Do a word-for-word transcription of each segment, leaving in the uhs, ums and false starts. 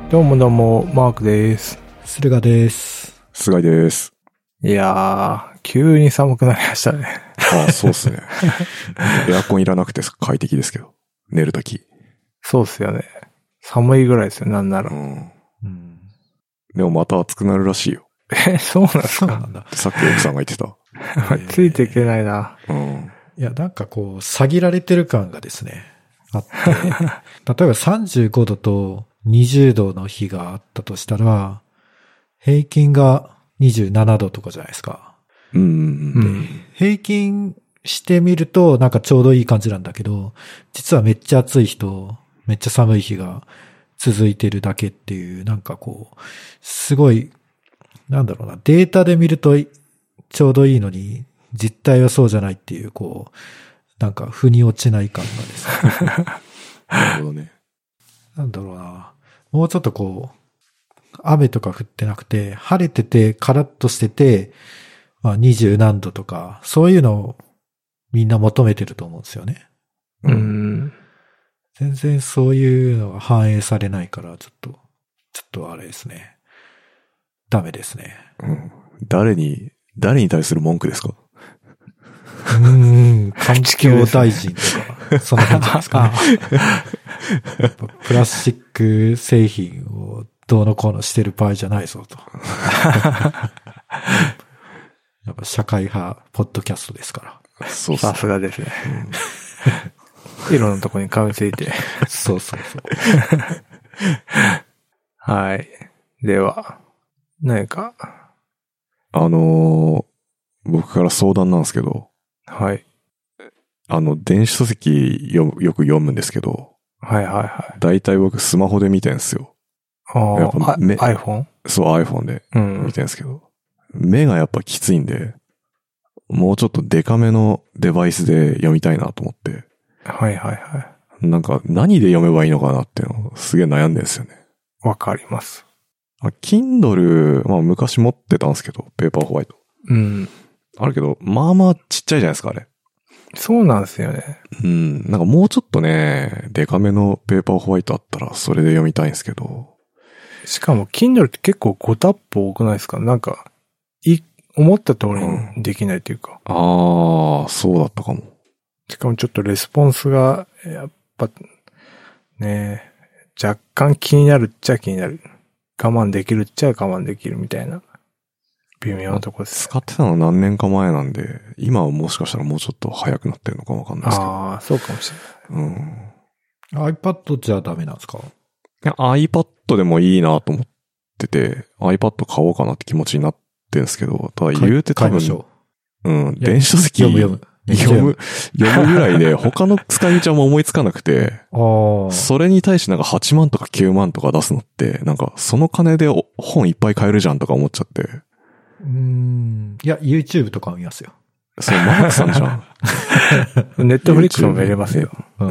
どうもどうも、マークです。 駿河です。 菅井です。 いやー、急に寒くなりましたね。 ああ、そうっすね。エアコンいらなくて快適ですけど。寝るとき。 そうっすよね。寒いぐらいですよ、なんなら。 うん。うん、でもまた暑くなるらしいよ。 え、そうなんですか？ なんだ。 さっき奥さんが言ってた。 ついていけないな。 うん。 いや、なんかこう、下げられてる感がですね、あって。例えばさんじゅうごどとにじゅうどの日があったとしたら、平均がにじゅうななどとかじゃないですか。 うん。 で、平均してみるとなんかちょうどいい感じなんだけど、実はめっちゃ暑い日とめっちゃ寒い日が続いてるだけっていう、なんかこう、すごい、なんだろうな、データで見るとちょうどいいのに、実態はそうじゃないっていう、こう、なんか腑に落ちない感がですね。 なるほどね。 なんだろうな。もうちょっとこう、雨とか降ってなくて、晴れてて、カラッとしてて、まあ二十何度とか、そういうのをみんな求めてると思うんですよね。 うん。 全然そういうのが反映されないから、ちょっと、ちょっとあれですね。ダメですね。 うん。誰に、誰に対する文句ですか？ うーん、環境大臣とか、そんな感じじゃないですかね。プラスチック製品をどうのこうのしてる場合じゃないぞと。やっぱ社会派ポッドキャストですから。 そうそう。 さすがですね。うん、いろんなとこに噛みついて。 そうそうそう。 はい。では、何か。 あのー、僕から相談なんですけど。 はい。 あの、電子書籍よ、よく読むんですけど。 はいはいはい。 だいたい僕スマホで見てんすよ。 ああ、iPhone？ そう、iPhone で見てんすけど、うん。目がやっぱきついんで、もうちょっとデカめのデバイスで読みたいなと思って。 はいはいはい。 なんか何で読めばいいのかなっていうのをすげえ悩んでんですよね。 わかります。 Kindle、まあ昔持ってたんですけど、ペーパーホワイト。 うん。 あるけど、まあまあちっちゃいじゃないですか、あれ。 そうなんですよね。 うん。なんかもうちょっとね、デカめのペーパーホワイトあったらそれで読みたいんですけど。 しかも Kindle って結構ごタップ多くないですか？なんか、い、思った通りにできないというか。 うん、ああ、そうだったかも。 しかもちょっとレスポンスが、やっぱ、ね、若干気になるっちゃ気になる。我慢できるっちゃ我慢できるみたいな。微妙なとこです、ね。 使ってたの何年か前なんで、今はもしかしたらもうちょっと早くなってるのかもわかんないですけど。 ああ、そうかもしれない。 うん。 iPad じゃダメなんですか？ いや、iPad でもいいなと思ってて、iPad 買おうかなって気持ちになってんですけど、ただ言うて多分、うん、電子書籍読む読む。 読む、読むぐらいで他の使い道はもう思いつかなくて、それに対してなんかはちまんとかきゅうまんとか出すのって、なんかその金で本いっぱい買えるじゃんとか思っちゃって。 うーん。いや、YouTube とか見ますよ。 そう、マークさんじゃん。 ネットフリックスも見れますよ。 うん。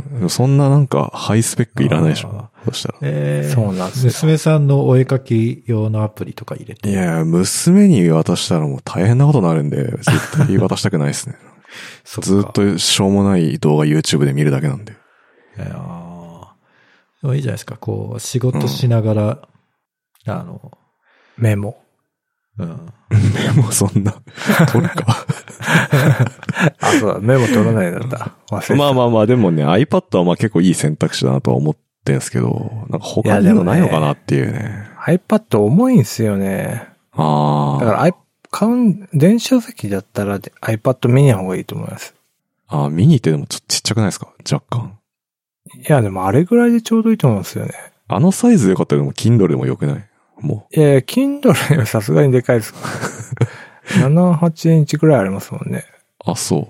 うん、そんななんかハイスペックいらないでしょ。そしたら。 えー、 そうなんですよ。 娘さんのお絵描き用のアプリとか入れて。 いや、娘に渡したらもう大変なことになるんで、絶対渡したくないですね。ずっとしょうもない動画 YouTube で見るだけなんで。 いやーでもいいじゃないですか。こう、仕事しながら、うん、あの、 メモ。 うん。 メモそんな、取るか。 あ、そうだ、メモ取らないんだった。忘れてた。 まあまあまあ、でもね、iPad はまあ結構いい選択肢だなとは思ってんすけど、なんか他にのないのかなっていうね。ね iPad 重いんすよね。 ああ。 だから、買う、電子書籍だったら iPad mini の方がいいと思います。 ああ、ミニってでもちょっとちっちゃくないですか？若干。 いや、でもあれぐらいでちょうどいいと思うんですよね。 あのサイズでよかったらでも Kindle でもよくない？もう。いやいや、Kindle はさすがにでかいです。なな、はちインチくらいありますもんね。 あ、そう。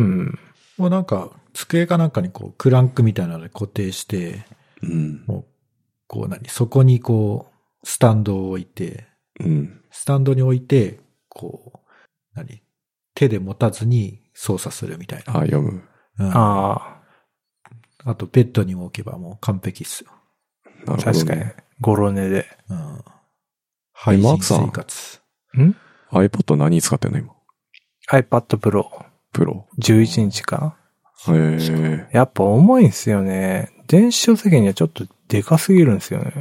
うん。 もうなんか、机かなんかにこう、クランクみたいなので固定して、 うん。 もう、こう何、そこにこう、スタンドを置いて、 うん。 スタンドに置いて、こう、何、手で持たずに操作するみたいな。 あ、読む。 うん、 ああ。 あと、ベッドにも置けばもう完璧っすよ。 なるほど、ね。 確かに。ゴロ寝で。 うん。配信生活。 ん ?iPad 何使ってんの今？ iPad Pro。 プロ。 じゅういちインチかな。へえ。 やっぱ重いんすよね。電子書籍にはちょっとでかすぎるんですよね。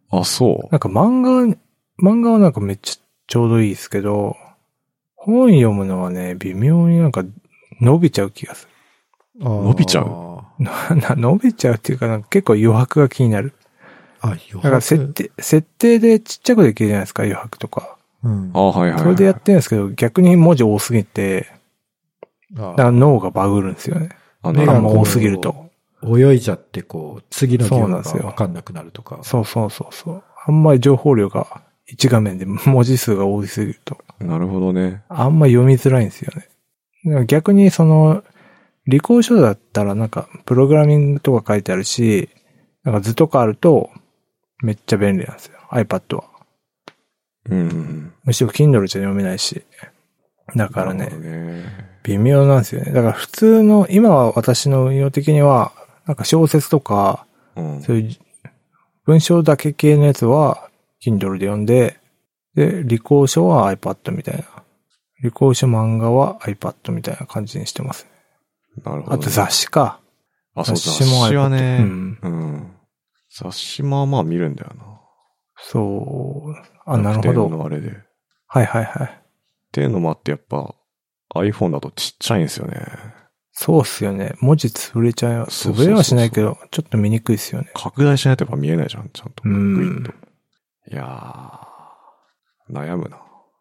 あ、そう。 なんか漫画、漫画はなんかめっちゃちょうどいいですけど、本読むのはね、微妙になんか伸びちゃう気がする。 伸びちゃうな伸びちゃうっていうかなんか結構余白が気になる。 あ、余白。 だから設定、設定でちっちゃくできるじゃないですか、余白とか。 うん。 あ、はいはい、はい。 それでやってるんですけど、逆に文字多すぎて、だから脳がバグるんですよね。 あ、 目が多すぎると。 泳いじゃってこう、次の行がわかんなくなるとか。 そうそうそうそう。あんまり情報量が一画面で文字数が多すぎると。 なるほどね。 あんま読みづらいんですよね。だから逆にその、理工書だったらなんか、プログラミングとか書いてあるし、なんか図とかあると、めっちゃ便利なんですよ。iPad は。 うん。 むしろ Kindle じゃ読めないし。だからね、 ね微妙なんですよね。だから普通の、今は私の運用的には、なんか小説とか、 うん、 そういう文章だけ系のやつは Kindle で読んで、で、理工書は iPad みたいな。理工書漫画は iPad みたいな感じにしてますね。 なるほど、ね。 あと雑誌か。 あ、そう、雑誌も iPad。雑誌はね、うん。うん。雑誌まあまあ見るんだよな。 そう。あ、なるほど。 のあれで。 はいはいはい。 っていうのもあってやっぱ iPhone だとちっちゃいんですよね。 そうっすよね。文字潰れちゃう。潰れはしないけど、ちょっと見にくいっすよね。 拡大しないとやっぱ見えないじゃん、ちゃんと。 うん。 いやー、悩むな。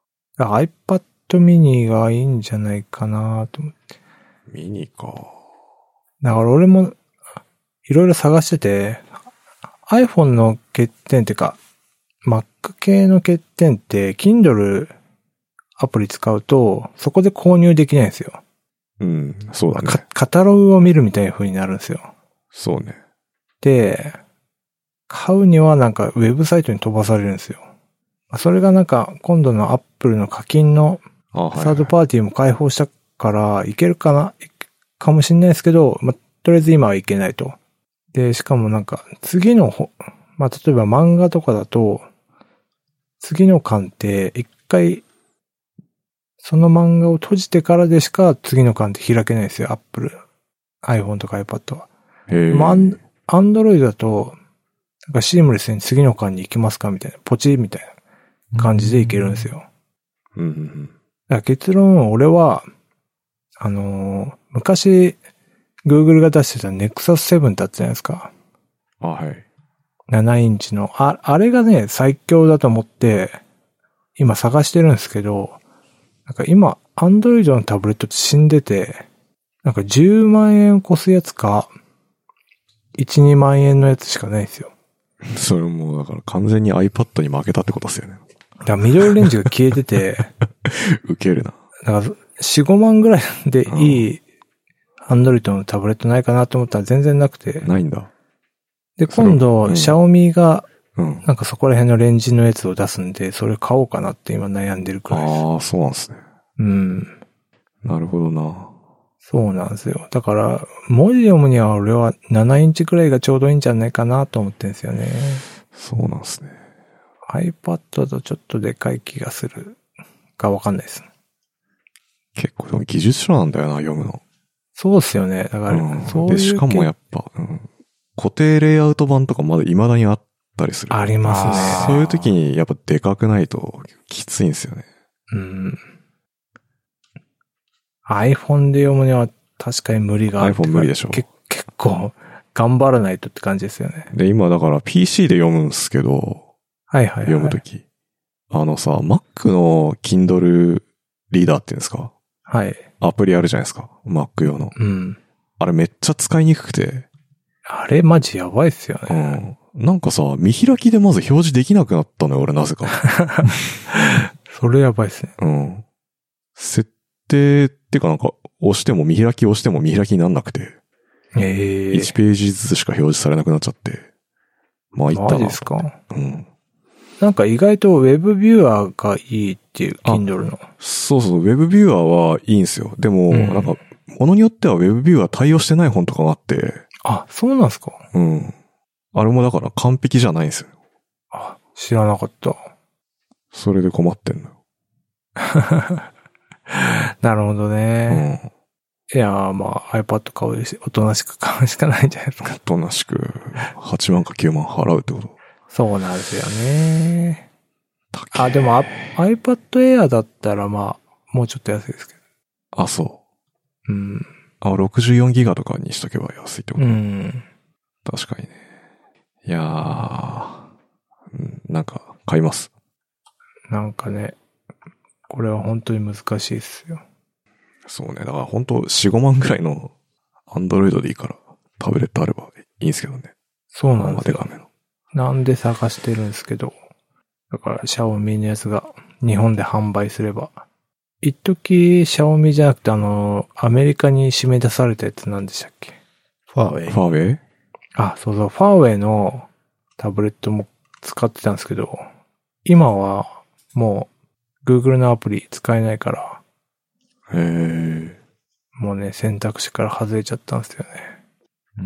iPad mini がいいんじゃないかなと思って。 ミニか。 だから俺もいろいろ探してて、iPhone の欠点っていうか、Mac 系の欠点って Kindle アプリ使うとそこで購入できないんですよ。 うん、そうだね。 カ, カタログを見るみたいな風になるんですよ。 そうね。 で、買うにはなんかウェブサイトに飛ばされるんですよ。それがなんか今度の Apple の課金のサードパーティーも開放したからいけるかなかもしれないですけど、まあ、とりあえず今はいけないと。で、しかもなんか次のほ、まあ、例えば漫画とかだと、次の巻って一回その漫画を閉じてからでしか次の巻って開けないですよ、Apple。iPhone とか iPad は。 へまあ、Android だと、なんかシームレスに次の巻に行きますかみたいな、ポチみたいな感じでいけるんですよ。 うんうんうん、 だから結論、俺は、あのー、昔、Google が出してた ネクサスセブン ってあったじゃないですか。 あ、はい。 ななインチの。あ、あれがね、最強だと思って、今探してるんですけど、なんか今、Android のタブレットって死んでて、なんかじゅうまんえん越すやつか、いち、にまんえんのやつしかないんですよ。 それもうだから完全に iPad に負けたってことですよね。 だからミドルレンジが消えてて、 ウケるな。 だからよん、ごまんぐらいでいい Android のタブレットないかなと思ったら全然なくて。 ないんだ。 で、今度、シャオミが、 うん。 なんかそこら辺のレンジのやつを出すんで、それ買おうかなって今悩んでるくらいです。 ああ、そうなんですね。 うん。 なるほどな。 そうなんですよ。だから、文字読むには俺はななインチくらいがちょうどいいんじゃないかなと思ってるんですよね。 そうなんですね。 iPad だとちょっとでかい気がするかわかんないです。 結構でも技術書なんだよな、読むの。 そうっすよね。だから、 うん、 そういう。 で、しかもやっぱ、うん、固定レイアウト版とかまだ未だにあったりする。 ありますね。 そういう時にやっぱでかくないときついんですよね。 うん。iPhone で読むには確かに無理がある。 iPhone 無理でしょ。 結構頑張らないとって感じですよね。 で、今だから ピーシー で読むんですけど、 はいはいはい。 読むとき。あのさ、Mac の Kindle リーダーっていうんですか？ はい。 アプリあるじゃないですか。Mac 用の。 うん。 あれめっちゃ使いにくくて。 あれマジやばいっすよね。うん。なんかさ、見開きでまず表示できなくなったのよ、俺なぜか。 それやばいっすね。 うん。設定ってかなんか、押しても見開き押しても見開きになんなくて。 ええー。 いちページずつしか表示されなくなっちゃって。まあ、いったな。 マジですか？ うん。 なんか意外と Web ビューアーがいいっていう、Kindle の。 そうそう、Web ビューアーはいいんですよ。でも、うん、なんか、ものによっては Web ビューアー対応してない本とかがあって。 あ、そうなんですか？ うん。あれもだから完璧じゃないんですよ。 あ、知らなかった。 それで困ってんの。 なるほどね。うん。いやー、まあ iPad 買うし、おとなしく買うしかないんじゃないですか。 おとなしくはちまんかきゅうまん払うってこと。 そうなんですよね。あ、でも iPad Air だったらまあ、もうちょっと安いですけど。 あ、そう。 うん。 あ、ろくじゅうよんギガとかにしとけば安いってこと？ うん。 確かにね。いやー、うん、なんか買います。 なんかね、これは本当に難しいですよ。 そうね。だから本当よん、ごまんぐらいの Android でいいからタブレットあればいいんですけどね。 そうなんですよ。 画面の。 なんで探してるんですけど。だから、シャオミのやつが日本で販売すれば。一時シャオミじゃなくてあの、アメリカに締め出されたやつなんでしたっけ？ ファーウェイ。 ファーウェイ？ あ、そうそう、ファーウェイのタブレットも使ってたんですけど、今はもう Google のアプリ使えないから、 へー。 もうね、選択肢から外れちゃったんですよね。 うん、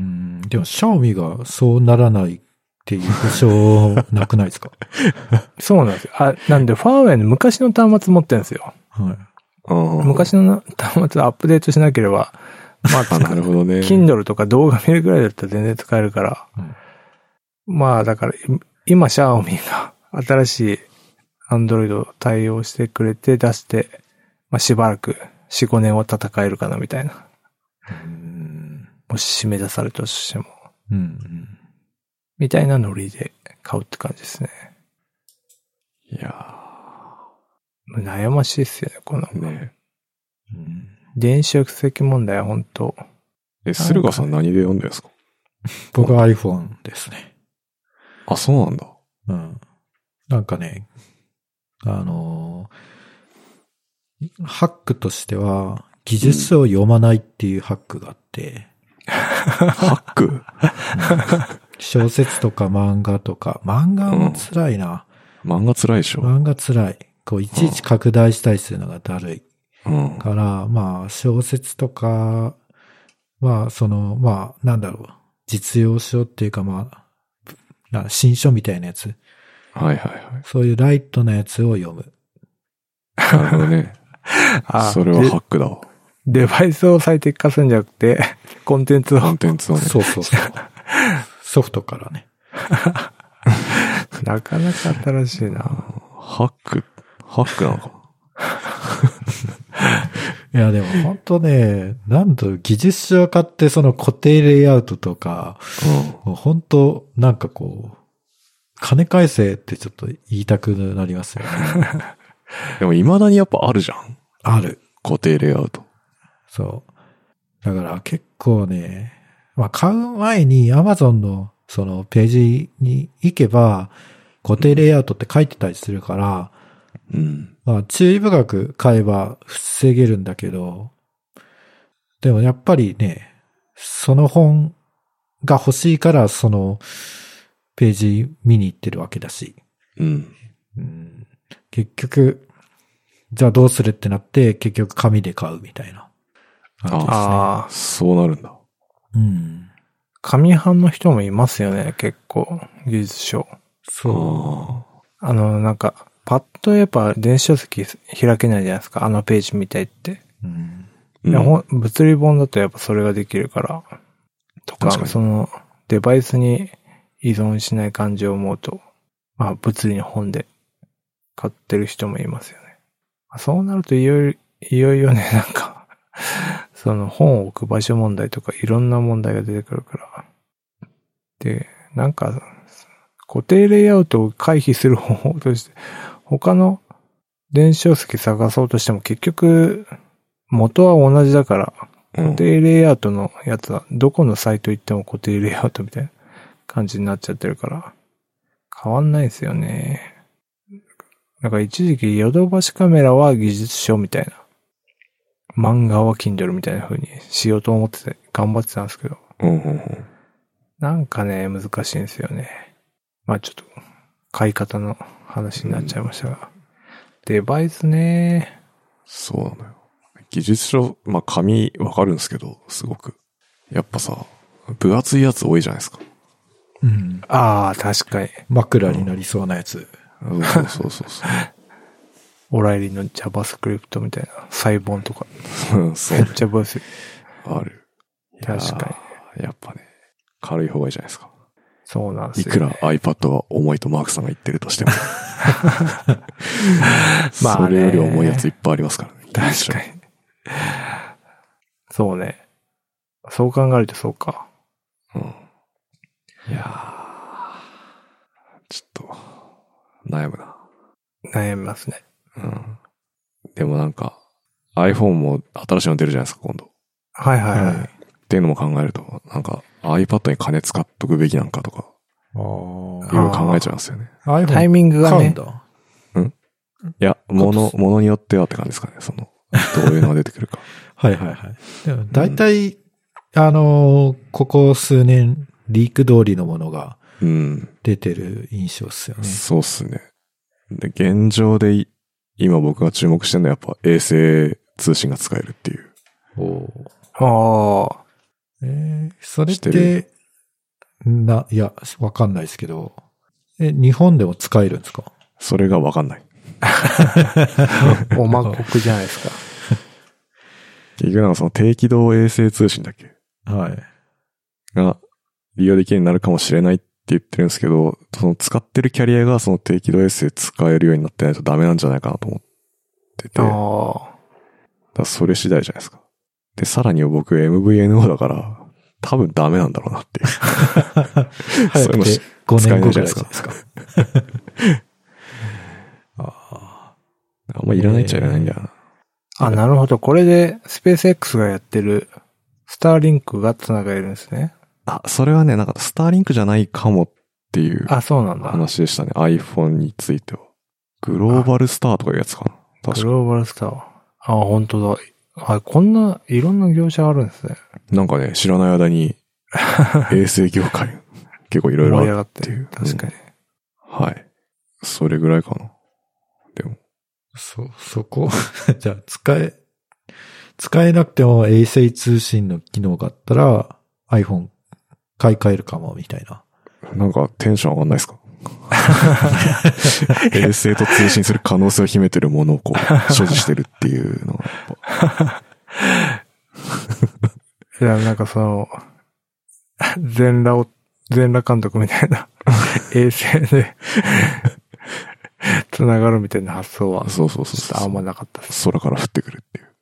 でも、シャオミがそうならないっていう保証なくないですか？ そうなんですよ。あ、なんで、ファーウェイの昔の端末持ってるんですよ。 はい。 昔の端末アップデートしなければ、まあ、 なるほどね。 Kindle とか動画見るぐらいだったら全然使えるから。うん、まあ、だから、今、シャオミが新しい Android を対応してくれて出して、まあ、しばらくよん、ごねんを戦えるかなみたいな。うんもし締め出されたとしても。うんうん、みたいなノリで買うって感じですね。 いやー。悩ましいっすよね、この。 ね。 うん、電子書籍問題は本当。 え、駿河さん何で読んでるんですか？ 僕は iPhone ですね。 あ、そうなんだ。 うん。なんかね、あのー、ハックとしては、技術書を読まないっていうハックがあって、 うん、ハック、うん、 小説とか漫画とか、漫画も辛いな。 うん、漫画辛いでしょ。 漫画辛い。こう、いちいち拡大したりするのがだるい。 うん、 から、まあ、小説とか、まあ、その、まあ、なんだろう。実用書っていうか、まあ、新書みたいなやつ。 はいはいはい。 そういうライトなやつを読む。 なるほどね。あ、それはハックだわ。 デバイスを最適化するんじゃなくて、コンテンツを。 コンテンツをね。 そうそうそう。ソフトからね。 なかなか新しいな。 ハック、ハックなのか。 いやでも本当ね、なんと技術書を買ってその固定レイアウトとか、うん、もう本当なんかこう、金返せってちょっと言いたくなりますよね。 でも未だにやっぱあるじゃん。 ある。 固定レイアウト。 そう。だから結構ね、まあ買う前に Amazon のそのページに行けば固定レイアウトって書いてたりするから、 うん。 まあ注意深く買えば防げるんだけど、でもやっぱりね、その本が欲しいからそのページ見に行ってるわけだし。 うん。 うん、結局、じゃあどうするってなって結局紙で買うみたいな。 ああ、そうなるんだ。 うん。 紙版の人もいますよね、結構。技術書。 そう。 あの、なんか、パッとやっぱ電子書籍開けないじゃないですか。あのページ見たいって。うん。いや、うん、物理本だとやっぱそれができるから。とか、その、デバイスに依存しない感じを思うと、まあ、物理の本で買ってる人もいますよね。そうなるといよいよ、いよいよね、なんか、その本を置く場所問題とかいろんな問題が出てくるから。で、なんか、固定レイアウトを回避する方法として、他の電子書籍探そうとしても結局、元は同じだから、固定レイアウトのやつはどこのサイト行っても固定レイアウトみたいな感じになっちゃってるから、変わんないですよね。なんか一時期ヨドバシカメラは技術書みたいな。漫画は Kindle みたいな風にしようと思ってて頑張ってたんですけど。 うんうんうん、 なんかね、難しいんですよね。まあちょっと買い方の話になっちゃいましたが。うん、デバイスね。 そうなのよ。技術書、まあ紙わかるんですけど、すごく。やっぱさ、分厚いやつ多いじゃないですか。 うん。 ああ、確かに。 枕になりそうなやつ。 うん、そうそうそうそう。 オライリの JavaScript みたいな細本とか。 うん、そう、 ね。めっちゃ分厚い。 ある。 確かに。 やっぱね、軽い方がいいじゃないですか。 そうなんですよ、 いくら iPad は重いとマークさんが言ってるとしても。 まあね。 それより重いやついっぱいありますからね。 確かに。そうね。そう考えるとそうか。 うん。いやー、ちょっと、悩むな。 悩みますね。 うん。でもなんか、iPhone も新しいの出るじゃないですか、今度。 はいはいはい。 っていうのも考えると、なんか iPad に金使っとくべきなんかとか、いろいろ考えちゃいますよね。 タイミングがね。 うんいや、もの、ものによってはって感じですかね、その、どういうのが出てくるか。 はいはいはい。でも大体、うん、あのー、ここ数年、リーク通りのものが、出てる印象っすよね。 うん、そうっすね。で、現状で、今僕が注目してるのはやっぱ衛星通信が使えるっていう。 おああ。 えー、それって、な、いや、わかんないですけど、え、日本でも使えるんですか？ それがわかんない。 おまこくじゃないですか。 結局なんかその低軌道衛星通信だっけ？ はい。 が利用できるようになるかもしれないって言ってるんですけど、その使ってるキャリアがその低軌道衛星使えるようになってないとダメなんじゃないかなと思ってて。ああ。だそれ次第じゃないですか。で、さらに僕 エムブイエヌオー だから、多分ダメなんだろうなっていう。 そういうのごねんごぐらいじゃないですか。 ああんまいらないっちゃいらないんだよな。 あ、なるほど。これでスペース X がやってるスターリンクが繋がれるんですね。 あ、それはね、なんかスターリンクじゃないかもっていうあ、そうなんだ。 話でしたね。iPhone については。グローバルスターとかいうやつかな。 確かグローバルスター。あ、本当だ。あ、こんないろんな業者あるんですね。 なんかね、知らない間に衛星業界結構いろいろあるっていう。 確かに、 うん。はい。それぐらいかな。でも。 そ、そこじゃあ使え、使えなくても衛星通信の機能があったら iPhone 買い替えるかもみたいな。 なんかテンション上がんないですか？衛星と通信する可能性を秘めてるものをこう所持してるっていうのはやっぱいや、なんかその全裸を全裸監督みたいな衛星でつながるみたいな発想はそうそうそうあんまなかったです。 空から降ってくるっていう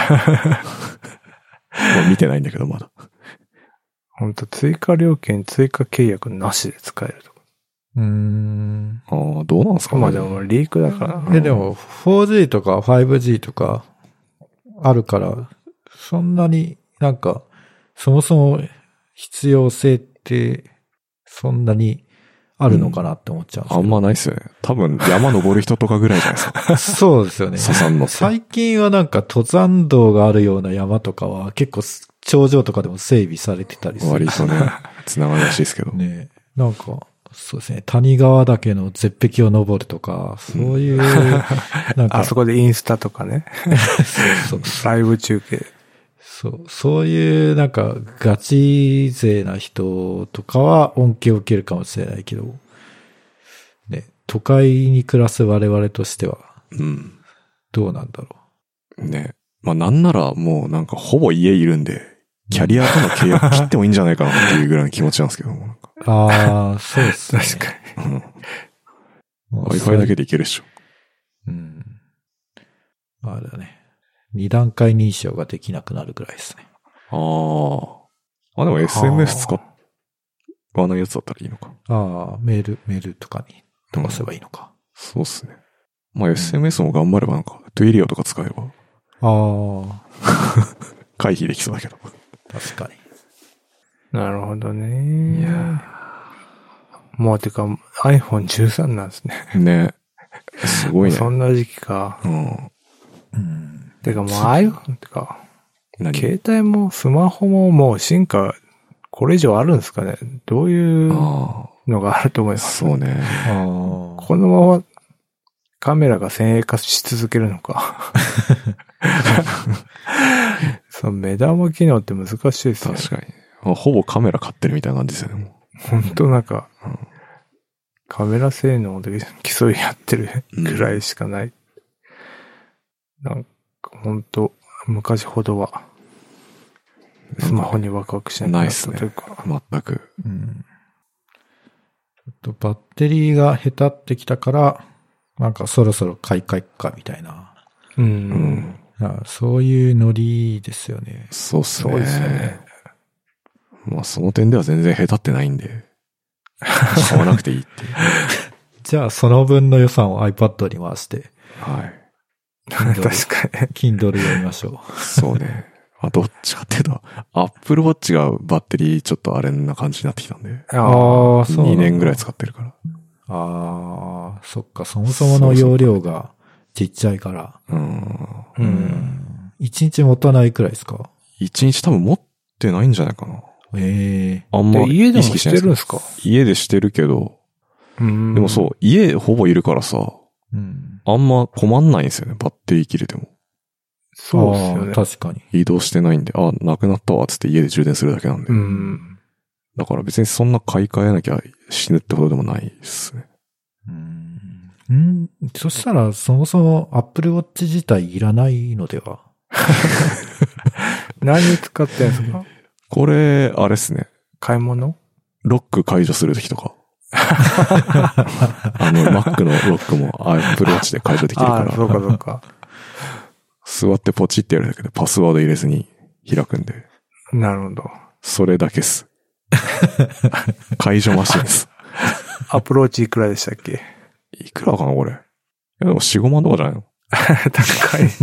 もう見てないんだけどまだほんと追加料金追加契約なしで使えるとか。 うーん。 ああ、どうなんですかね。 まあでもリークだからな。え、でも フォージー とか ファイブジー とかあるから、そんなになんか、そもそも必要性ってそんなにあるのかなって思っちゃうんですけど、 うん、あんまないっすよね。多分山登る人とかぐらいじゃないですか。 そうですよね。 刺さんの。 最近はなんか登山道があるような山とかは結構頂上とかでも整備されてたりする。 割とね、繋がるらしいですけど。 ね、なんか、そうですね。谷川岳の絶壁を登るとか、そういう、うん、 なんか。あそこでインスタとかね。 そうそう。 ライブ中継。 そう、そういうなんかガチ勢な人とかは恩恵を受けるかもしれないけど、ね、都会に暮らす我々としては、うん。どうなんだろう。ね。まあなんならもうなんかほぼ家いるんで、キャリアとの契約切ってもいいんじゃないかなっていうぐらいの気持ちなんですけども。 ああ、そうですね。 確かに。 うん。Wi-Fi だけでいけるっしょ。 うん。あれだね。二段階認証ができなくなるぐらいですね。 ああ。あ、でも エスエムエス 使わないやつだったらいいのか。 ああ、メール、メールとかに飛ばせばいいのか。 うん、そうっすね。まあ エスエムエス も頑張ればなんか、トゥイリオとか使えば。 ああ。回避できそうだけど。 確かに。 なるほどね。 いやもうてか アイフォンじゅうさん なんですね。 ね。すごいね。 そんな時期か。 うん。うん、 てかもう iPhone ってか、携帯もスマホももう進化、これ以上あるんですかね。どういうのがあると思います。 そうね。 このままカメラが先鋭化し続けるのか。その目玉機能って難しいですね。 確かに。ほぼカメラ買ってるみたいな感じですよね。 本当なんか、うん、カメラ性能で競い合ってるぐらいしかない。うん、なんか本当昔ほどはスマホにワクワクしなくなったというか。 ないっすね。全く。 うん、 バッテリーがへたってきたから、なんかそろそろ買い替えっかみたいな。 う。 うんん。 そういうノリですよね。 そうっすね。 そうですよね。 まあその点では全然下手ってないんで、買わなくていいっていう。 じゃあその分の予算を iPad に回して、 はい。 確かに。 Kindle 読みましょう。 そうね。まあどっちかっていうと、Apple Watch がバッテリーちょっとあれな感じになってきたんで。 あああ、そうなんだ。 にねんぐらい使ってるから。 ああ、そっか、そもそもの容量がちっちゃいから。 うん。 あ。 ううん。 ん。一日持たないくらいですか？ 一日多分持ってないんじゃないかな。 ええあんまで家でも意識してるんですか？ 家でしてるけど、 うん。 でもそう、家ほぼいるからさ、 うん。 あんま困んないんですよね、バッテリー切れても。 そうですよね。 あー確かに。 移動してないんで、あ、なくなったわ、つって家で充電するだけなんで。 うん。 だから別にそんな買い替えなきゃ死ぬってことでもないですね。 うん。んそしたら、そもそも Apple Watch 自体いらないのでは？ 何に使ってんすか？ これ、あれっすね。 買い物？ ロック解除するときとか。あの、Mac のロックも Apple Watch で解除できるかああ、そうら。 かそうか。 座ってポチってやるだけでパスワード入れずに開くんで。 なるほど。 それだけっす。解除マシンです。 アプローチいくらでしたっけ？ いくらかな、これ。いや、でもよん、ごまんとかじゃないの？ 高い。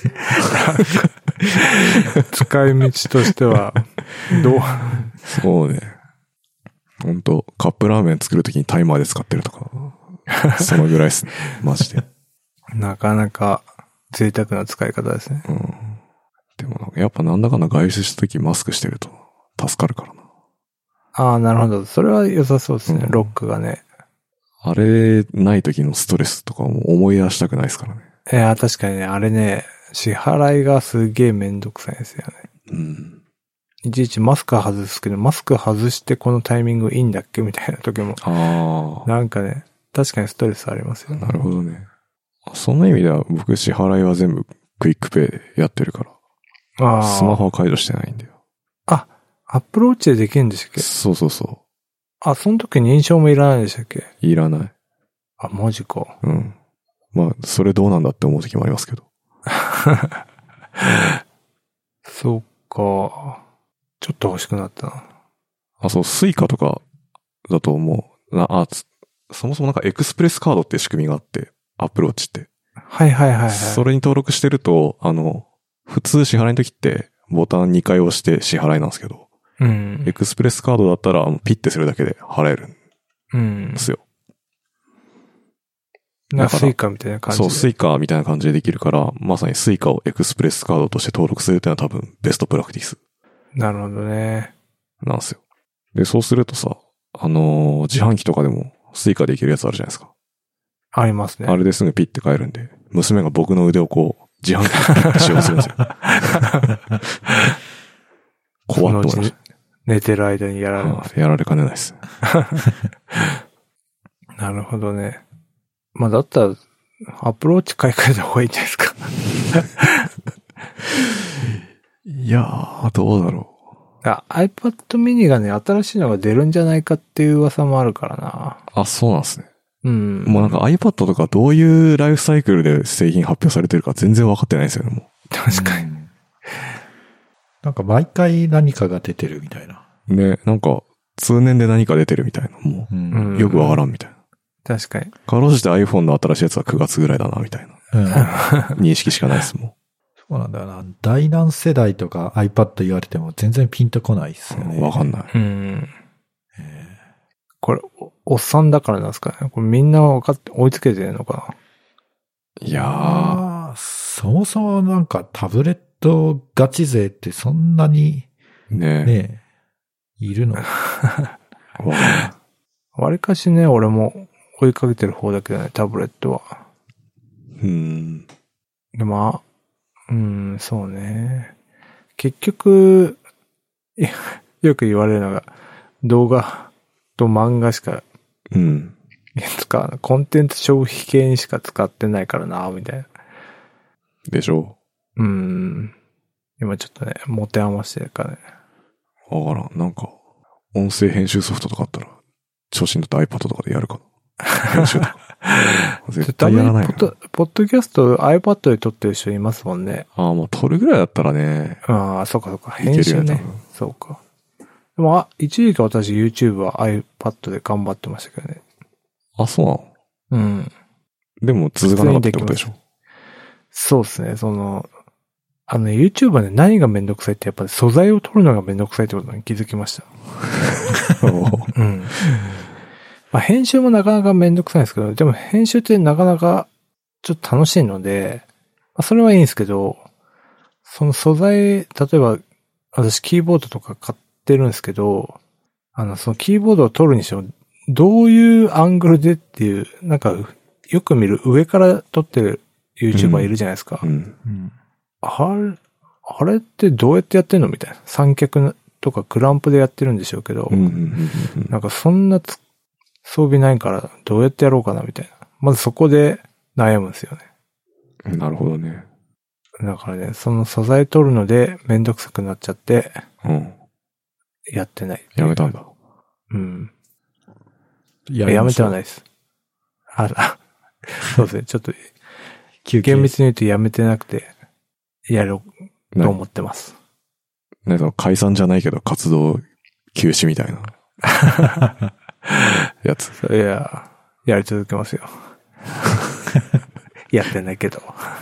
使い道としては、どう？ そうね。ほんと、カップラーメン作るときにタイマーで使ってるとか。そのぐらいっすね。マジで。 なかなか贅沢な使い方ですね。 うん。でもなんかやっぱなんだかんだ外出したときマスクしてると助かるからな。 ああ、なるほど。それは良さそうですね。 うんロックがね。 あれないときのストレスとかも思い出したくないですからね。 いや、確かにね、あれね、支払いがすげえめんどくさいですよね。 うん。 いちいちマスク外すけど、マスク外してこのタイミングいいんだっけみたいな時も。 あなんかね、確かにストレスありますよあ、 ね。 なるほどね。そんな意味では僕支払いは全部クイックペイでやってるから。 ああ。 スマホは解除してないんだよ。 あ、アップルウォッチでできるんでしたっけ？ そうそうそあ、その時認証もいらないんでしたっけ？ う。いらない。 あ、マジか。 うん。まあ、それどうなんだって思う時もありますけど。 そっか。ちょっと欲しくなったな。 あ、そう、スイカとかだと思う。なあ、つそもそもなんかエクスプレスカードって仕組みがあって、アップルウォッチって。 はいはいはいはい。 それに登録してると、あの、普通支払いの時ってボタンにかい押して支払いなんですけど、 うん。 エクスプレスカードだったらピッてするだけで払えるんうんで。すよ。 なんかスイカみたいな感じで。 そう、スイカみたいな感じでできるから、まさにスイカをエクスプレスカードとして登録するっていうのは多分ベストプラクティスなるほどね。 なんですよ。で、そうするとさ、あのー自販機とかでもスイカでいけるやつあるじゃないですか。 ありますね。 あれですぐピッて買えるんで、娘が僕の腕をこう、自販機にピッて使用するんですよ。怖っと思いまし寝てる間にやらた。 れます。 やられかねないです。 なるほどね。まあだったら、アップルウォッチ買い替えた方がいいんじゃないですか。 いやー、どうだろあ、iPad mini がね、新しいのが出るんじゃないかっていう噂もあるからな。 う。あ、そうなんですね。 うん。 もうなんか iPad とかどういうライフサイクルで製品発表されてるか全然わかってないですよね、も確かに。 うんなんか毎回何かが出てるみたいな。 う。ね、なんか通年で何か出てるみたいな、もううんうよくわからんみたいな。 確かに。 かろうじて iPhone の新しいやつはくがつぐらいだな、みたいなうん認識しかないですもん。 そうなんだよな。第何世代とか iPad 言われても全然ピンとこないですよね。 わかんない。 うん。 えこれお、おっさんだからなんですかね。これみんな分かって追いつけてるのかいやー、 ああ、そもそもなんかタブレットガチ勢ってそんなにねね、いるのわかんない。 な。わりかしね、俺も追いかけてる方だけどね、タブレットは。 うーん。 でも、あうん、そうね。結局、いやよく言われるのが、動画と漫画しかうん。 使う、コンテンツ消費系にしか使ってないからな、みたいな。 でしょうん。今ちょっとね、持て余してるからね。 わからん。なんか、音声編集ソフトとかあったら、 調子に乗って iPad とかでやるかな。編集とか。絶たまに対やらないな。 ポッド、ポッドキャスト iPad で撮ってる人いますもんね。 ああ、もう撮るぐらいだったらね。 ああ、そうかそうか。 いける編集ねよね多分。 そうか。でも、あ、一時期私 YouTube は iPad で頑張ってましたけどね。 あ、そうなの？ うん。 でも続かなかったってことでしょ？ そうですね。その、あの、YouTube はね、何がめんどくさいってやっぱり素材を撮るのがめんどくさいってことに気づきました。うん。まあ、編集もなかなかめんどくさいんですけど、でも編集ってなかなかちょっと楽しいので、まあ、それはいいんですけど、その素材、例えば、私キーボードとか買ってるんですけど、あの、そのキーボードを撮るにしても、どういうアングルでっていう、なんか、よく見る上から撮ってる YouTuber いるじゃないですか。 うん。 うん。 あれ、あれってどうやってやってんのみたいな。三脚とかクランプでやってるんでしょうけど、 うんうんうんうん、 なんかそんな装備ないからどうやってやろうかなみたいな。まずそこで悩むんですよね。 なるほどね。 だからね、その素材取るのでめんどくさくなっちゃって、 うん。 やってない。 やめたんだ。 うん。 ややめてはないです。あら、そうですね。ちょっと、厳密に言うとやめてなくて、やろうと思ってます。 ね、その解散じゃないけど活動休止みたいなやつ。 いや、やり続けますよ。やってないけど。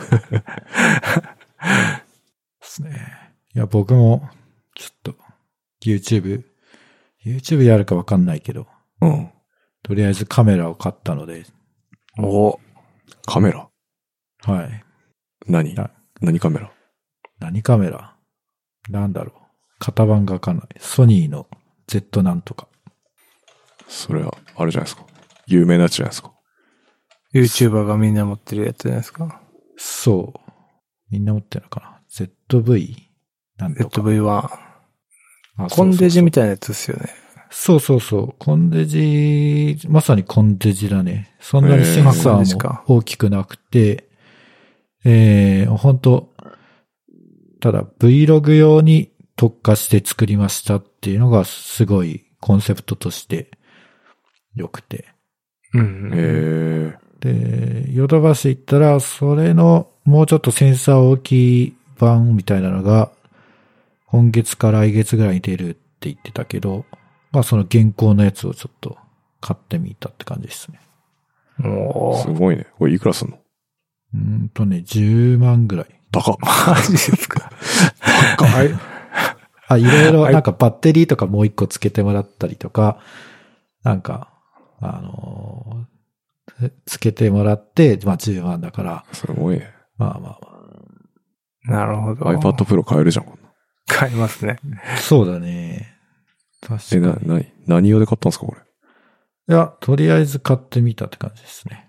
ですね。いや、僕も、ちょっと、YouTube、YouTube やるかわかんないけど、 うん。 とりあえずカメラを買ったので、 おカメラはい。 何あ何カメラ？ 何カメラなんだろう。型番がわかんない。ソニーの Z なんとか。 それは、あれじゃないですか。有名なやつじゃないですか。 YouTuber がみんな持ってるやつじゃないですか。 そう。みんな持ってるのかな ?ゼットブイ なんとか。 ゼットブイワン。 あコンデジみたいたいなやつですよね。 そうそうそう。コンデジ、まさにコンデジだね。そんなにセンサえーコンデジーかも大きくなくて、えー、本当ただ Vlog 用に特化して作りましたっていうのがすごいコンセプトとして良くて。 うん。 へえ。 で、ヨドバシ行ったら、それのもうちょっとセンサー大きい版みたいなのが、今月か来月ぐらいに出るって言ってたけど、まあその現行のやつをちょっと買ってみたって感じですね。 おー。 すごいね。これいくらすんの？ うーんとね、じゅうまんぐらい。 高っ。 マジですか。 高い。あ、いろいろ、なんかバッテリーとかもう一個つけてもらったりとか、なんか、あのー、つけてもらって、まあじゅうまんだから、 すごいね。 まあまあまなるほど。 iPad Pro 買えるじゃん。こんな買いますね。 あ。そうだね。確かえ、 に。 な、なに何用で買ったんですかこれ。 いや、とりあえず買ってみたって感じですね。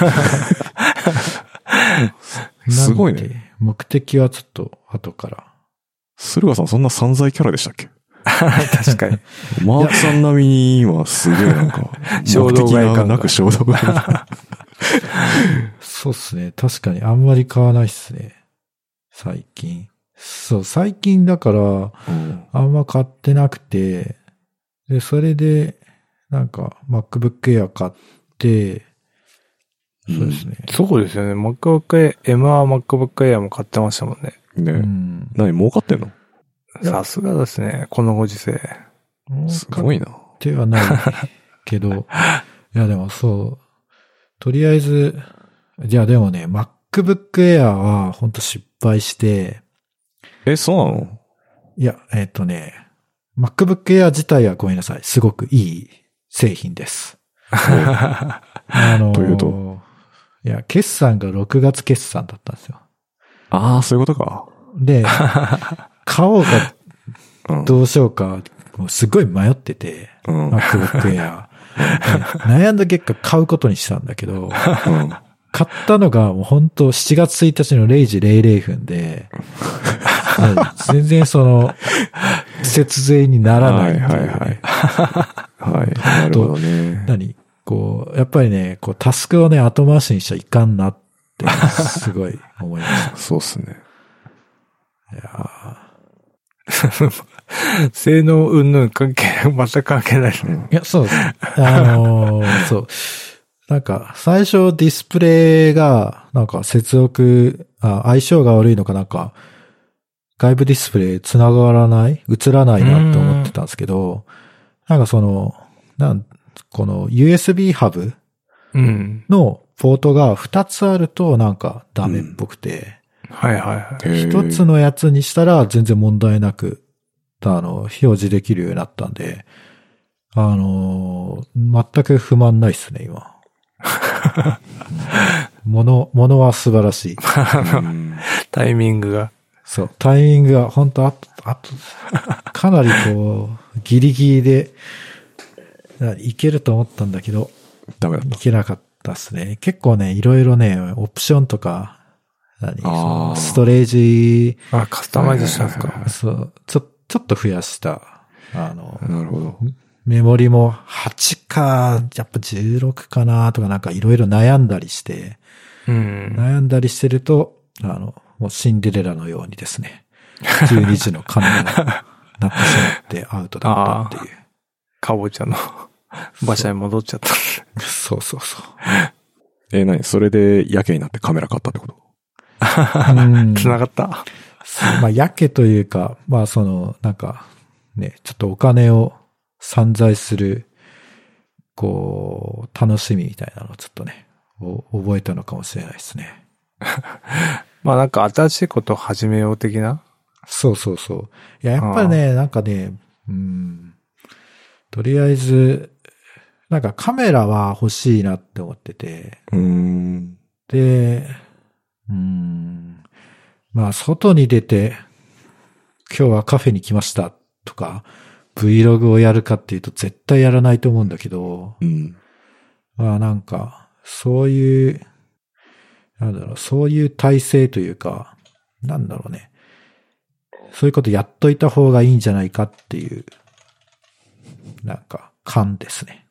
すごいね。 なんで。目的はちょっと後から。 駿河さんそんな散財キャラでしたっけ？ 確かに。 マークさん並みに今すげえなんか、 衝動買い感が目的がなく衝動買い。 そうっすね。確かにあんまり買わないっすね。最近。そう、最近だから、 うんあんま買ってなくて、で、それで、なんか MacBook Air 買って、そうですね。 そうですよね。MacBook Air、エムアール MacBook Air も買ってましたもんね。 ね、 うん。 何儲かってんの？ さすがですね。このご時世。 すごいな。 ではないけど、いやでもそう、とりあえず、いやでもね、MacBook Air はほんと失敗して、 え、そうなの？ いや、えっとね、MacBook Air 自体はごめんなさい。すごくいい製品です。あのー、 というといや、決算がろくがつ決算だったんですよ。 ああ、そういうことか。 で、買おうかうん。 どうしようか、もうすごい迷ってて、 うん。うん。 MacBook Air。悩んだ結果買うことにしたんだけど、買ったのがもう本当しちがつついたちのれいじれいれいふんで、全然その、節税にならないっていうね。 はいはいはい。はい。なるほどね。 何こう、やっぱりね、こう、タスクをね、後回しにしちゃいかんなって、すごい思いました。 そうっすね。 いや性能云々関係、全く関係ない。 うん、いや、そうですね。あのー、そう。なんか、最初ディスプレイが、なんか接続、あ、相性が悪いのかなんか、外部ディスプレイ繋がらない、映らないなって思ってたんですけど、なんかその、なん、この ユーエスビー ハブのポートがふたつあるとなんかダメっぽくて、 うん、はいはいはい。 ひとつのやつにしたら全然問題なく、あの、表示できるようになったんで、あの、全く不満ないっすね、今。もの、ものは素晴らしい。 タイミングが。 そう、タイミングが本当あと、あと、かなりこう、ギリギリで、いけると思ったんだけど、 ダメだった。 いけなかったっすね。結構ね、いろいろね、オプションとか、何そのストレージ、 あ、カスタマイズしたんですか。 そう、ちょ、ちょっと増やした。あの、 なるほど。 メモリもはちか、やっぱじゅうろくかなとかなんかいろいろ悩んだりして、 うん、 悩んだりしてると、あの、もうシンデレラのようにですね、じゅうにじのカメラになってしまってアウトだったっていう。 かぼちゃの馬車に戻っちゃった。 そうそうそう。 えー、何それでやけになってカメラ買ったってこと繋がったまあ、やけというか、まあその、なんか、ね、ちょっとお金を散財する、こう、楽しみみたいなのをちょっとね、覚えたのかもしれないですね。 まあなんか新しいことを始めよう的な？ そうそうそう。いや、やっぱりね、なんかね、うん、とりあえず、なんかカメラは欲しいなって思ってて、 うーんで、うーん、まあ外に出て、今日はカフェに来ましたとか、Vlog をやるかっていうと絶対やらないと思うんだけど、 うん、 まあなんか、そういう、なんだろう、そういう体制というか、なんだろうね。そういうことやっといた方がいいんじゃないかっていう、なんか、感ですね。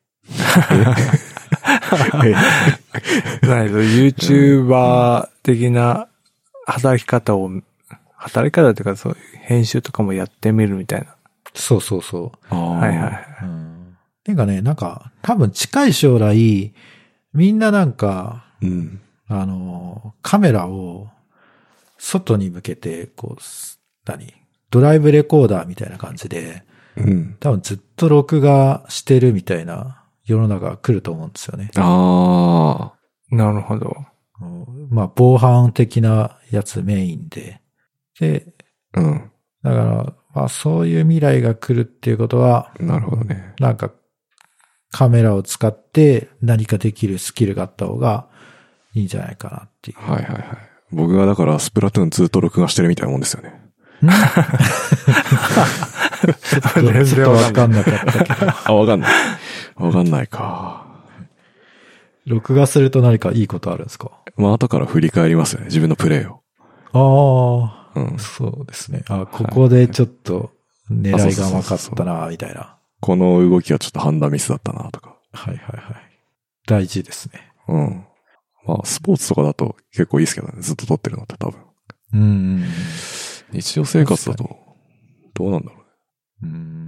YouTuber 的な働き方を、働き方っていうかそういう編集とかもやってみるみたいな。 そうそうそう。 はいはい。 うん。てかね、なんか、多分近い将来、みんななんか、 うん、 あの、カメラを外に向けて、こう、何？ドライブレコーダーみたいな感じで、 うん、 多分ずっと録画してるみたいな世の中が来ると思うんですよね。 ああ。なるほど。 まあ、防犯的なやつメインで。で、 うん。 だから、まあそういう未来が来るっていうことは、 なるほどね。 なんかカメラを使って何かできるスキルがあった方がいいんじゃないかなっていう。 はいはいはい。僕がだからスプラトゥーンずっと録画してるみたいなもんですよね。 んちょっとわかんなかったけど。 あ、わかんない。わかんないか。 録画すると何かいいことあるんですか？ まあ後から振り返りますよね。自分のプレイを。 ああ。 うん、 そうですね。あ、ここでちょっと狙いが甘かったな、みたいな。 この動きはちょっと判断ミスだったな、とか。 はいはいはい。大事ですね。 うん。まあ、スポーツとかだと結構いいですけどね。ずっと撮ってるのって多分。 うん。 日常生活だと、どうなんだろう。うん。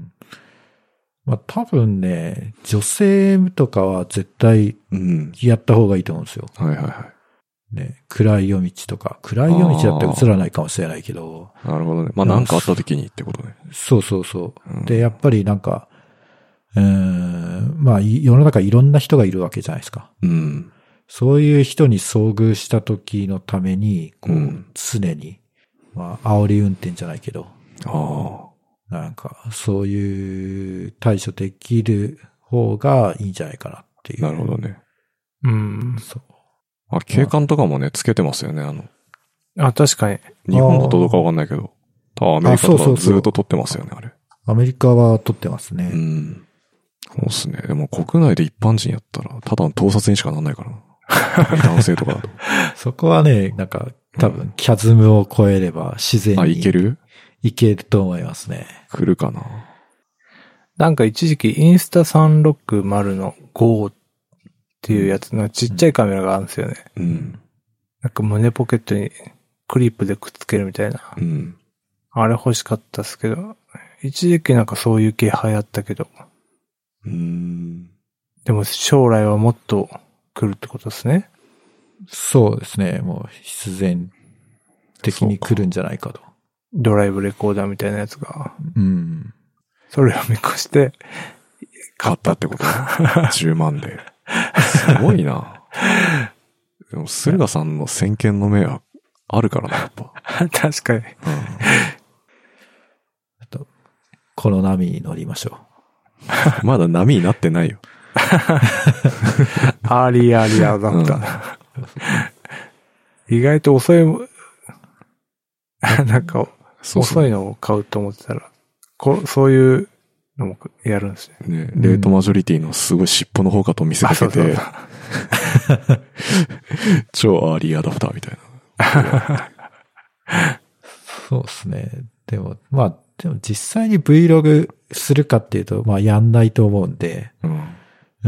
まあ多分ね、女性とかは絶対やった方がいいと思うんですよ。 うん、はいはいはい。 ね、暗い夜道とか。暗い夜道だったら映らないかもしれないけど。 なるほどね。まあなんかあった時にってことね。 そうそうそう。うん、で、やっぱりなんか、うーん、まあ世の中いろんな人がいるわけじゃないですか。 うん。 そういう人に遭遇した時のために、こう、うん、常に、まあ煽り運転じゃないけど。 ああ。 なんか、そういう対処できる方がいいんじゃないかなっていう。 なるほどね。 うん。 そう。 あ、警官とかもね、つけてますよね、あの。 あ、確かに。 日本だとどうかわかんないけど。多分アメリカとかずっと撮ってますよね、あれ。 アメリカは撮ってますね。 うん。そうっすね。でも国内で一般人やったら、ただの盗撮にしかなんないからな。男性とかだと。 そこはね、なんか、多分、キャズムを超えれば自然に。 あ、いける？ いけると思いますね。 来るかな。 なんか一時期インスタさんろくまるの ゴー っていうやつのちっちゃいカメラがあるんですよね。 うん。 なんか胸ポケットにクリップでくっつけるみたいな。 うん。 あれ欲しかったですけど、一時期なんかそういう系流行ったけど。 うーん。 でも将来はもっと来るってことですね。 そうですね。もう必然的に来るんじゃないかと。 ドライブレコーダーみたいなやつが。 うん。 それを見越して、 買ったってことだ。じゅうまんで。すごいな。でも、駿河さんの先見の目はあるからな、やっぱ。 確かに。うん、 あと、この波に乗りましょう。まだ波になってないよ。 アーリーアーリーアダプター。意外と遅い、なんか、そうそう遅いのを買うと思ってたら、こそういうのもやるんですね。 ね、レートマジョリティのすごい尻尾の方かと見せかけて、うん、そうそう超アーリーアダプターみたいな。そうですね。でも、まあ、でも実際に Vlog するかっていうと、まあやんないと思うんで、うん。うん。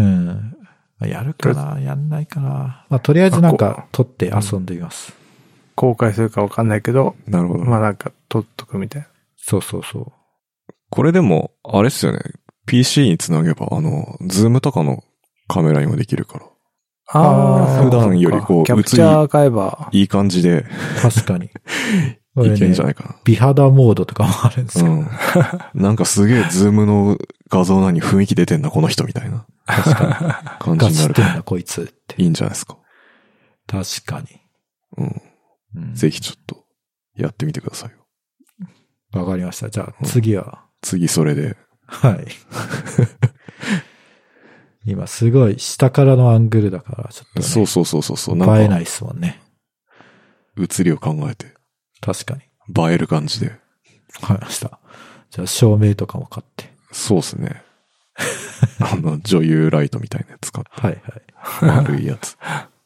やるかなやんないかなまあとりあえずなんか撮って遊んでみます。 公開するかわかんないけど、 なるほど。 まあなんか撮っとくみたいな。 そうそうそう。 これでも、あれっすよね。ピーシー につなげば、あの、ズームとかのカメラにもできるから。 ああ、 普段よりこう、 キャプチャー買えば。 いい感じで。 確かに。 いけんじゃないかな、ね。 美肌モードとかもあるんですよ。うん。 なんかすげえズームの画像なに雰囲気出てんな、この人みたいな。 確かに。 感じになる。 ガチってんだ、こいつって。 いいんじゃないですか。 確かに。 うん。うん、ぜひちょっと、やってみてくださいよ。 わかりました。じゃあ次は。うん、 次それで。 はい。今すごい下からのアングルだから、ちょっと、ね。 そうそうそうそう。 映えないっすもんね。 映りを考えて。 確かに。 映える感じで。 わかりました。じゃあ照明とかも買って。 そうですね。あの、女優ライトみたいなやつ買って。 はいはい。 丸いやつ。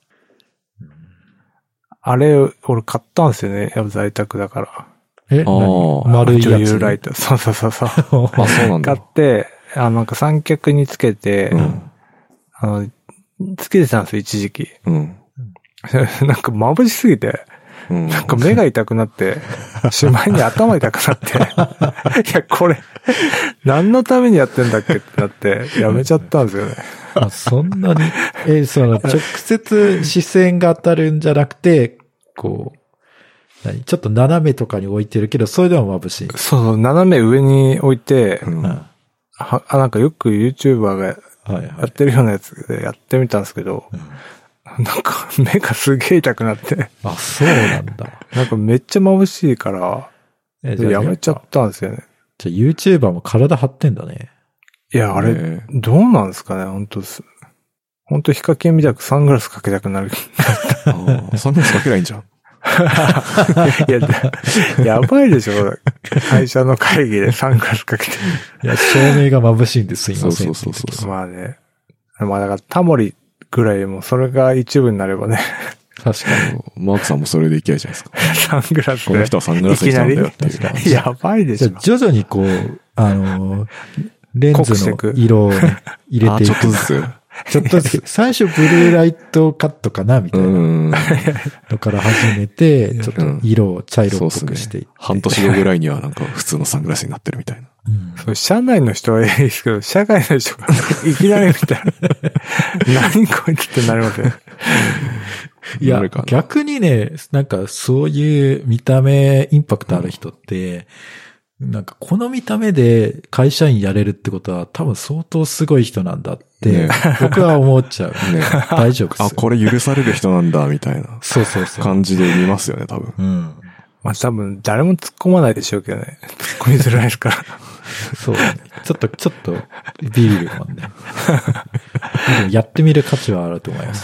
あれ、俺買ったんですよね。やっぱ在宅だから。 えああ丸いやつ。 女優ライト。そうそうそうそう。 あ、そうなんだ。 買って、あなんか三脚につけて、うん、あの、つけてたんですよ、一時期。 うん。 なんか眩しすぎて、うん、なんか目が痛くなって、しまいに頭痛くなって、いや、これ、何のためにやってんだっけってなって、やめちゃったんですよね。 あ、そんなに、え、その、直接視線が当たるんじゃなくて、こう、何ちょっと斜めとかに置いてるけど、それでも眩しい。 そうそう、斜め上に置いて、うん、はあ、なんかよく YouTuber がやってるようなやつでやってみたんですけど、はいはい、なんか目がすげえ痛くなって。 あ、そうなんだ。 なんかめっちゃ眩しいから、えじゃやめちゃったんですよね。 じゃあ YouTuber も体張ってんだね。 いや、あれ、どうなんですかね、本当す。本当ヒカキンみたくサングラスかけたくなる。 あサングラスかけないんじゃん。 いや、やばいでしょ。会社の会議でサングラスかけて。 いや、照明が眩しいんですいません。 そうそうそうそう。 まあね。まあだからタモリぐらいもそれが一部になればね。 確かに。 マークさんもそれでいきゃいいじゃないですか。 サングラスで。 この人はサングラスで来たんだよっていう。 やばいでしょ。 徐々にこう、あの、レンズの色を入れていく。 ちょっとずつ。 ちょっとずつ、最初ブルーライトカットかなみたいなのから始めて、ちょっと色を茶色っぽくしていって、うんね。 半年後ぐらいにはなんか普通のサングラスになってるみたいな。 うん、そう社内の人はいいですけど、社外の人がいきなりみたいな。何こいつってなりますよ。 いや、逆にね、なんかそういう見た目インパクトある人って、うんなんかこの見た目で会社員やれるってことは多分相当すごい人なんだって、ね、僕は思っちゃう。ね、大丈夫です。 あ、これ許される人なんだ、みたいな。 そうそうそう。 感じで見ますよね、多分。 うん。 まあ多分誰も突っ込まないでしょうけどね。突っ込みづらいですから。 そう、ね。ちょっと、ちょっとビビるもんね。でもやってみる価値はあると思います。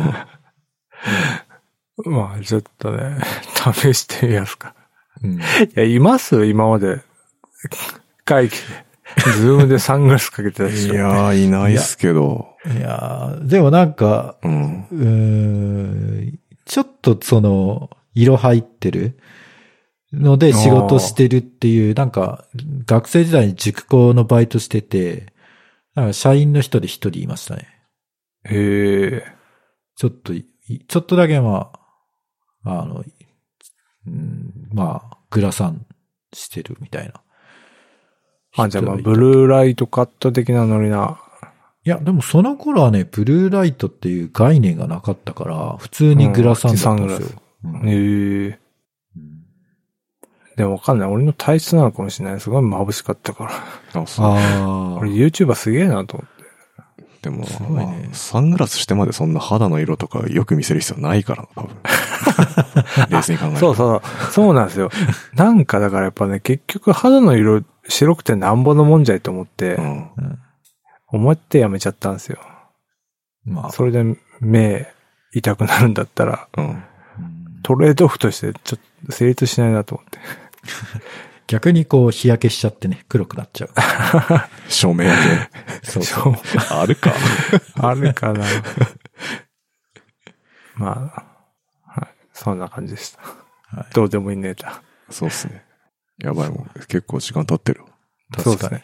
うん、まあちょっとね、試してみますか。 うん、いや、います今まで。会議で。ズームでサングラスかけてた人。 いやー、いないっすけど。 いやー、でもなんか、うん、うーんちょっとその、色入ってるので仕事してるっていう、なんか、学生時代に塾講のバイトしてて、なんか社員の人で一人いましたね。 へえ。 ちょっと、ちょっとだけまあ、あの、うん、まあ、グラサンしてるみたいな。 あ、じゃあまあ、ブルーライトカット的なノリな。 いや、でもその頃はね、ブルーライトっていう概念がなかったから、普通にグラサンだったんですよ。 うん、へえ。でもわかんない。俺の体質なのかもしれない。すごい眩しかったから。 あ、そう。 ああ。 俺 YouTuber すげえなと思って。 でも、 すごいね、 サングラスしてまでそんな肌の色とかよく見せる必要ないからな、多分。冷静に考えると。 そうそう。そうなんですよ。なんかだからやっぱね、結局肌の色白くてなんぼのもんじゃいと思って、うん、思ってやめちゃったんですよ。まあ。それで目痛くなるんだったら、うん、トレードオフとしてちょっと成立しないなと思って。 逆にこう日焼けしちゃってね、黒くなっちゃう。 照明焼け。そうそう。 あるか。 あるかな。まあ、はい。そんな感じでした。はい、どうでもいいネタ。 そうですね。やばいもん。結構時間経ってる。 確かに。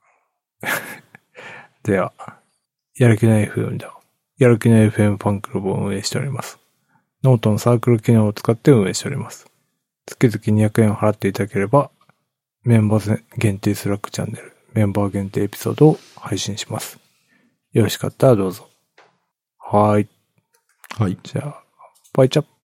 では、やる気ない エフエム では、やる気ない エフエム ファンクラブを運営しております。ノートのサークル機能を使って運営しております。月々にひゃくえんを払っていただければ、メンバー限定スラックチャンネル、メンバー限定エピソードを配信します。よろしかったらどうぞ。はーい。 はい。 じゃあ、バイチャップ。